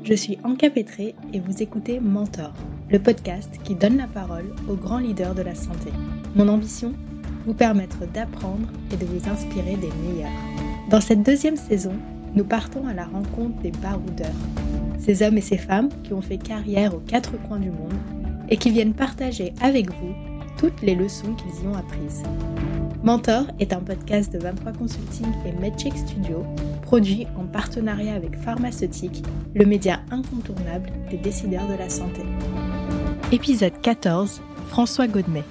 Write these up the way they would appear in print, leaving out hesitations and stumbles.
Je suis Anka Pétré et vous écoutez Mentor, le podcast qui donne la parole aux grands leaders de la santé. Mon ambition ? Vous permettre d'apprendre et de vous inspirer des meilleurs. Dans cette deuxième saison, nous partons à la rencontre des baroudeurs. Ces hommes et ces femmes qui ont fait carrière aux quatre coins du monde et qui viennent partager avec vous toutes les leçons qu'ils y ont apprises. Mentor est un podcast de 23 Consulting et MedCheck Studio, produit en partenariat avec Pharmaceutique, le média incontournable des décideurs de la santé. Épisode 14, François Godmet.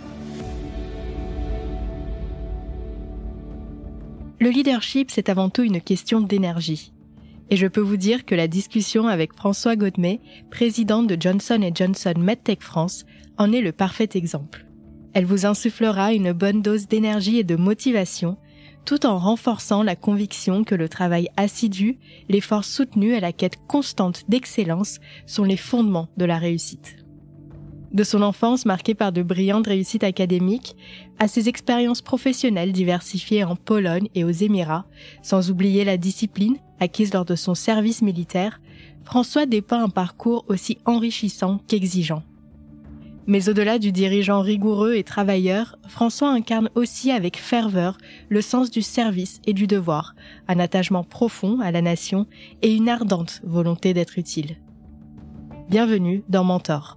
Le leadership, c'est avant tout une question d'énergie. Et je peux vous dire que la discussion avec François Godmet, président de Johnson & Johnson MedTech France, en est le parfait exemple. Elle vous insufflera une bonne dose d'énergie et de motivation, tout en renforçant la conviction que le travail assidu, l'effort soutenu et la quête constante d'excellence sont les fondements de la réussite. De son enfance marquée par de brillantes réussites académiques, à ses expériences professionnelles diversifiées en Pologne et aux Émirats, sans oublier la discipline acquise lors de son service militaire, François dépeint un parcours aussi enrichissant qu'exigeant. Mais au-delà du dirigeant rigoureux et travailleur, François incarne aussi avec ferveur le sens du service et du devoir, un attachement profond à la nation et une ardente volonté d'être utile. Bienvenue dans Mentor.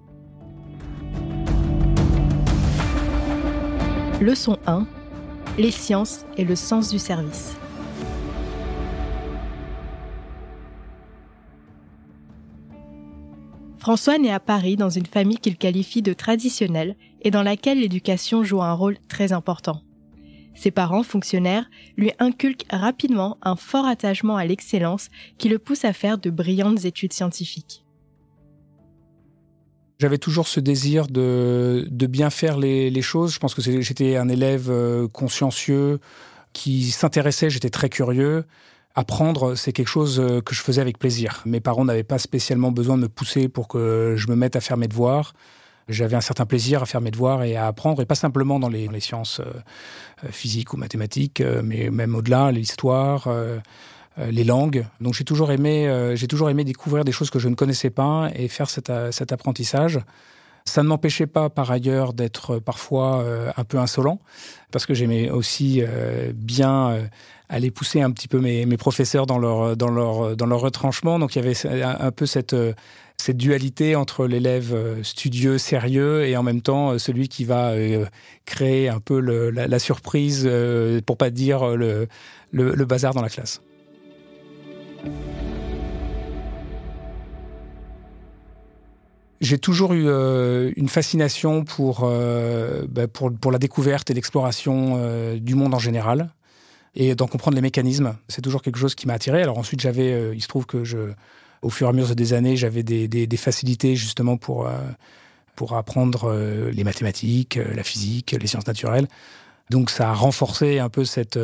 Leçon 1. Les sciences et le sens du service. François naît à Paris dans une famille qu'il qualifie de traditionnelle et dans laquelle l'éducation joue un rôle très important. Ses parents, fonctionnaires, lui inculquent rapidement un fort attachement à l'excellence qui le pousse à faire de brillantes études scientifiques. J'avais toujours ce désir de bien faire les choses. Je pense que j'étais un élève consciencieux qui s'intéressait, j'étais très curieux. Apprendre, c'est quelque chose que je faisais avec plaisir. Mes parents n'avaient pas spécialement besoin de me pousser pour que je me mette à faire mes devoirs. J'avais un certain plaisir à faire mes devoirs et à apprendre, et pas simplement dans les sciences physiques ou mathématiques, mais même au-delà, l'histoire, les langues. Donc j'ai toujours aimé découvrir des choses que je ne connaissais pas et faire cet apprentissage. Ça ne m'empêchait pas, par ailleurs, d'être parfois un peu insolent, parce que j'aimais aussi bien aller pousser un petit peu mes professeurs dans leur retranchement. Donc il y avait un peu cette dualité entre l'élève studieux, sérieux, et en même temps celui qui va créer un peu la surprise, pour pas dire le bazar dans la classe. J'ai toujours eu une fascination pour la découverte et l'exploration du monde en général et d'en comprendre les mécanismes. C'est toujours quelque chose qui m'a attiré. Alors ensuite, il se trouve que au fur et à mesure des années, j'avais des facilités justement pour apprendre les mathématiques, la physique, les sciences naturelles. Donc ça a renforcé un peu cette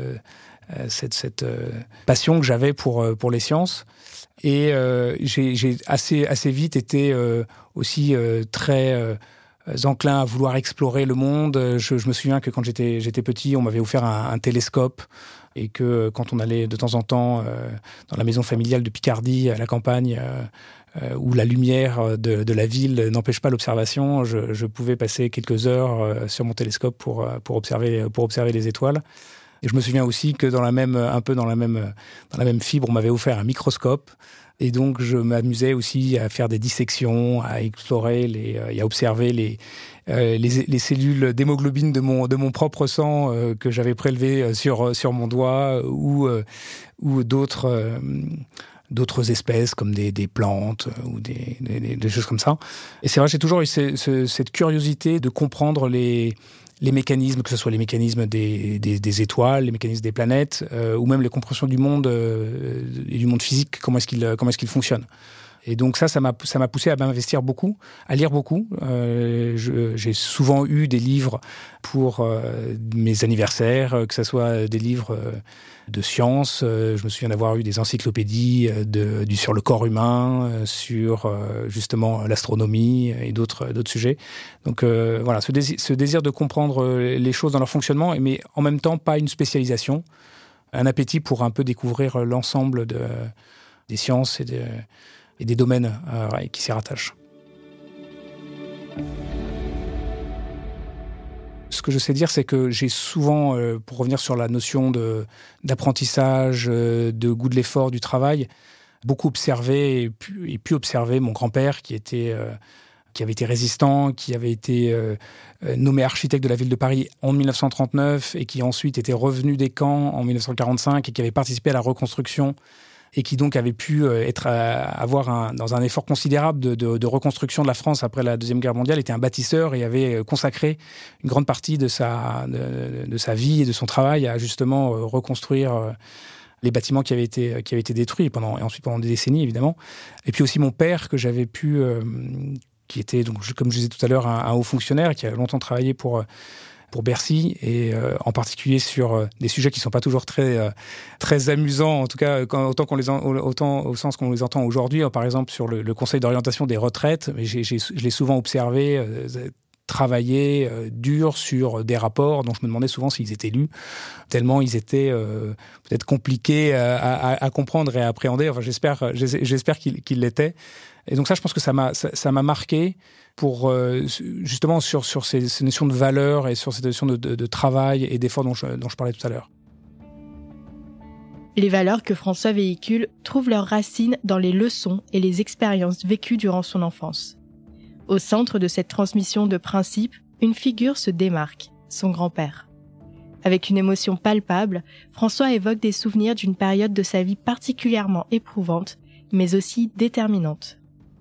passion que j'avais pour les sciences. Et j'ai assez vite été aussi très enclin à vouloir explorer le monde. Je me souviens que quand j'étais petit, on m'avait offert un télescope, et que quand on allait de temps en temps dans la maison familiale de Picardie, à la campagne, où la lumière de la ville n'empêche pas l'observation, je pouvais passer quelques heures sur mon télescope pour observer les étoiles. Et je me souviens aussi que dans la même fibre, on m'avait offert un microscope. Et donc, je m'amusais aussi à faire des dissections, à explorer et à observer les cellules d'hémoglobine de mon propre sang que j'avais prélevé sur mon doigt, ou d'autres espèces comme des plantes ou des choses comme ça. Et c'est vrai, j'ai toujours eu cette curiosité de comprendre les mécanismes, que ce soit les mécanismes des étoiles, les mécanismes des planètes, ou même les compréhensions du monde et du monde physique, comment est-ce qu'il fonctionne. Et donc ça m'a poussé à m'investir beaucoup, à lire beaucoup. J'ai souvent eu des livres pour mes anniversaires, que ce soit des livres de sciences. Je me souviens d'avoir eu des encyclopédies sur le corps humain, sur justement l'astronomie et d'autres sujets. Donc voilà, ce désir de comprendre les choses dans leur fonctionnement, mais en même temps pas une spécialisation, un appétit pour un peu découvrir l'ensemble des sciences et des domaines qui s'y rattachent. Ce que je sais dire, c'est que j'ai souvent, pour revenir sur la notion d'apprentissage, de goût de l'effort, du travail, beaucoup observé et pu observer mon grand-père qui avait été résistant, qui avait été nommé architecte de la ville de Paris en 1939 et qui ensuite était revenu des camps en 1945 et qui avait participé à la reconstruction et qui donc avait pu avoir dans un effort considérable de reconstruction de la France après la Deuxième Guerre mondiale, était un bâtisseur et avait consacré une grande partie de sa vie et de son travail à justement reconstruire les bâtiments qui avaient été détruits et ensuite pendant des décennies, évidemment. Et puis aussi mon père, que j'avais pu... qui était, donc, comme je disais tout à l'heure, un haut fonctionnaire qui a longtemps travaillé pour Bercy, et en particulier sur des sujets qui ne sont pas toujours très amusants, en tout cas autant au sens qu'on les entend aujourd'hui. Par exemple, sur le Conseil d'orientation des retraites, je l'ai souvent observé travailler dur sur des rapports dont je me demandais souvent s'ils étaient lus, tellement ils étaient peut-être compliqués à comprendre et à appréhender. Enfin, j'espère qu'ils l'étaient. Et donc ça, je pense que ça m'a marqué pour justement sur ces notions de valeur et sur ces notions de travail et d'effort dont je parlais tout à l'heure. Les valeurs que François véhicule trouvent leurs racines dans les leçons et les expériences vécues durant son enfance. Au centre de cette transmission de principes, une figure se démarque, son grand-père. Avec une émotion palpable, François évoque des souvenirs d'une période de sa vie particulièrement éprouvante, mais aussi déterminante.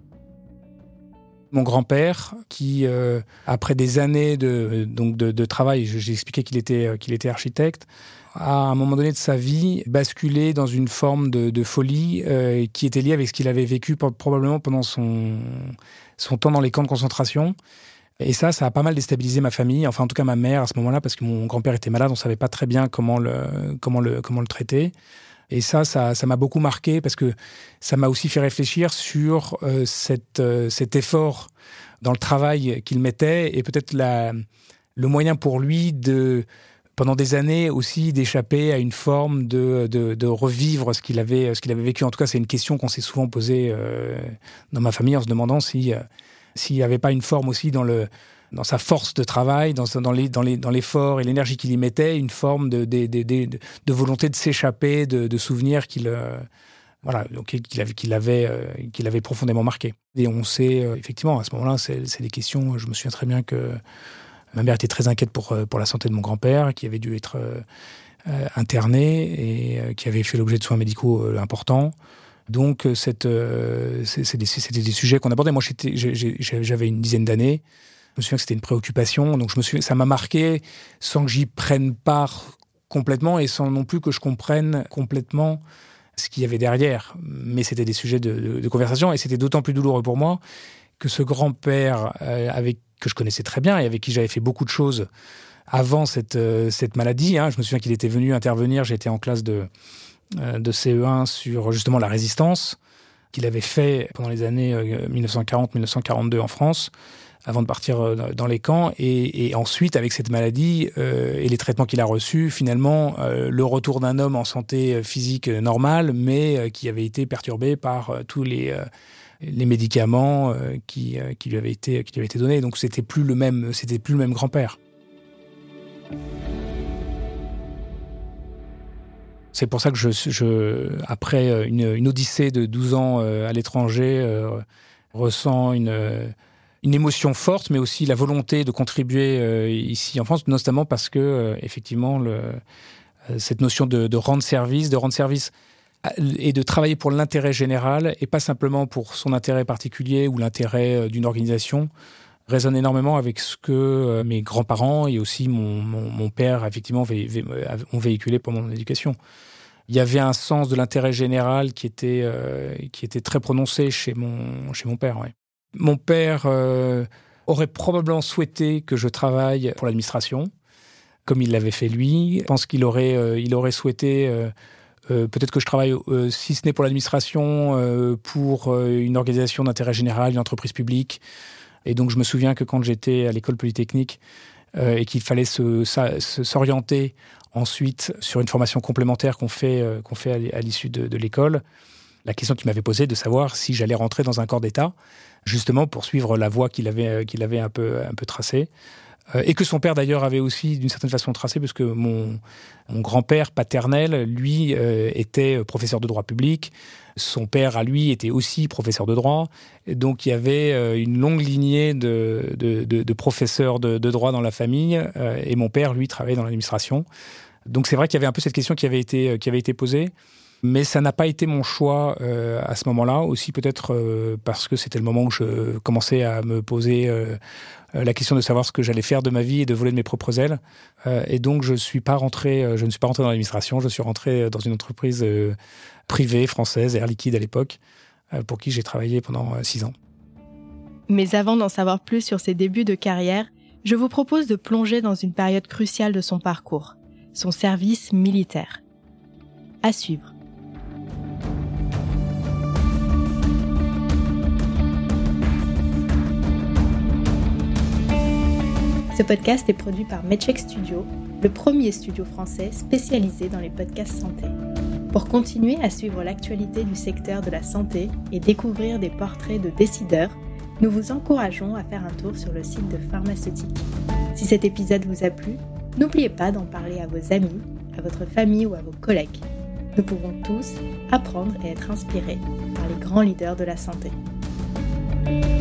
Mon grand-père, qui, après des années de travail, j'ai expliqué qu'il était architecte, a, à un moment donné de sa vie, basculé dans une forme de folie qui était liée avec ce qu'il avait vécu probablement pendant son temps dans les camps de concentration. Et ça a pas mal déstabilisé ma famille, enfin en tout cas ma mère à ce moment-là, parce que mon grand-père était malade, on savait pas très bien comment le traiter. Et ça m'a beaucoup marqué parce que ça m'a aussi fait réfléchir sur cet effort dans le travail qu'il mettait et peut-être le moyen pour lui pendant des années aussi d'échapper à une forme de revivre ce qu'il avait vécu. En tout cas, c'est une question qu'on s'est souvent posée dans ma famille en se demandant s'il n'y avait pas une forme aussi dans sa force de travail, dans l'effort et l'énergie qu'il y mettait, une forme de volonté de s'échapper de souvenirs qu'il avait profondément marqués. Et on sait, effectivement, à ce moment-là, c'est des questions, je me souviens très bien que ma mère était très inquiète pour la santé de mon grand-père, qui avait dû être interné et qui avait fait l'objet de soins médicaux importants. Donc, c'était des sujets qu'on abordait. Moi, j'avais une dizaine d'années. Je me souviens que c'était une préoccupation. Donc, ça m'a marqué sans que j'y prenne part complètement et sans non plus que je comprenne complètement ce qu'il y avait derrière. Mais c'était des sujets de conversation et c'était d'autant plus douloureux pour moi que ce grand-père que je connaissais très bien et avec qui j'avais fait beaucoup de choses avant cette maladie. Je me souviens qu'il était venu intervenir. J'étais en classe de CE1 sur justement la résistance qu'il avait fait pendant les années 1940-1942 en France, avant de partir dans les camps. Et ensuite, avec cette maladie et les traitements qu'il a reçus, finalement, le retour d'un homme en santé physique normale, mais qui avait été perturbé par tous les médicaments qui lui avaient été donnés. Donc, c'était plus le même grand-père. C'est pour ça que après une odyssée de 12 ans à l'étranger, ressens une émotion forte, mais aussi la volonté de contribuer ici en France, notamment parce que, effectivement, cette notion de rendre service et de travailler pour l'intérêt général, et pas simplement pour son intérêt particulier ou l'intérêt d'une organisation, résonne énormément avec ce que mes grands-parents et aussi mon père, effectivement, ont véhiculé pendant mon éducation. Il y avait un sens de l'intérêt général qui était très prononcé chez mon père. Ouais. Mon père aurait probablement souhaité que je travaille pour l'administration, comme il l'avait fait lui. Je pense qu'il aurait souhaité peut-être que je travaille, si ce n'est pour l'administration, pour une organisation d'intérêt général, une entreprise publique. Et donc, je me souviens que quand j'étais à l'école polytechnique et qu'il fallait s'orienter ensuite sur une formation complémentaire qu'on fait à l'issue de l'école, la question qu'il m'avait posée de savoir si j'allais rentrer dans un corps d'État, justement pour suivre la voie qu'il avait un peu tracée. Et que son père, d'ailleurs, avait aussi, d'une certaine façon, tracé, parce que mon grand-père paternel, lui, était professeur de droit public. Son père, à lui, était aussi professeur de droit. Et donc, il y avait une longue lignée de professeurs de droit dans la famille. Et mon père, lui, travaillait dans l'administration. Donc, c'est vrai qu'il y avait un peu cette question qui avait été posée. Mais ça n'a pas été mon choix à ce moment-là, aussi peut-être parce que c'était le moment où je commençais à me poser la question de savoir ce que j'allais faire de ma vie et de voler de mes propres ailes. Et donc je ne suis pas rentré dans l'administration, je suis rentré dans une entreprise privée française, Air Liquide à l'époque, pour qui j'ai travaillé pendant 6 ans. Mais avant d'en savoir plus sur ses débuts de carrière, je vous propose de plonger dans une période cruciale de son parcours, son service militaire. À suivre. Ce podcast est produit par Medcheck Studio, le premier studio français spécialisé dans les podcasts santé. Pour continuer à suivre l'actualité du secteur de la santé et découvrir des portraits de décideurs, nous vous encourageons à faire un tour sur le site de Pharmaceutique. Si cet épisode vous a plu, n'oubliez pas d'en parler à vos amis, à votre famille ou à vos collègues. Nous pouvons tous apprendre et être inspirés par les grands leaders de la santé.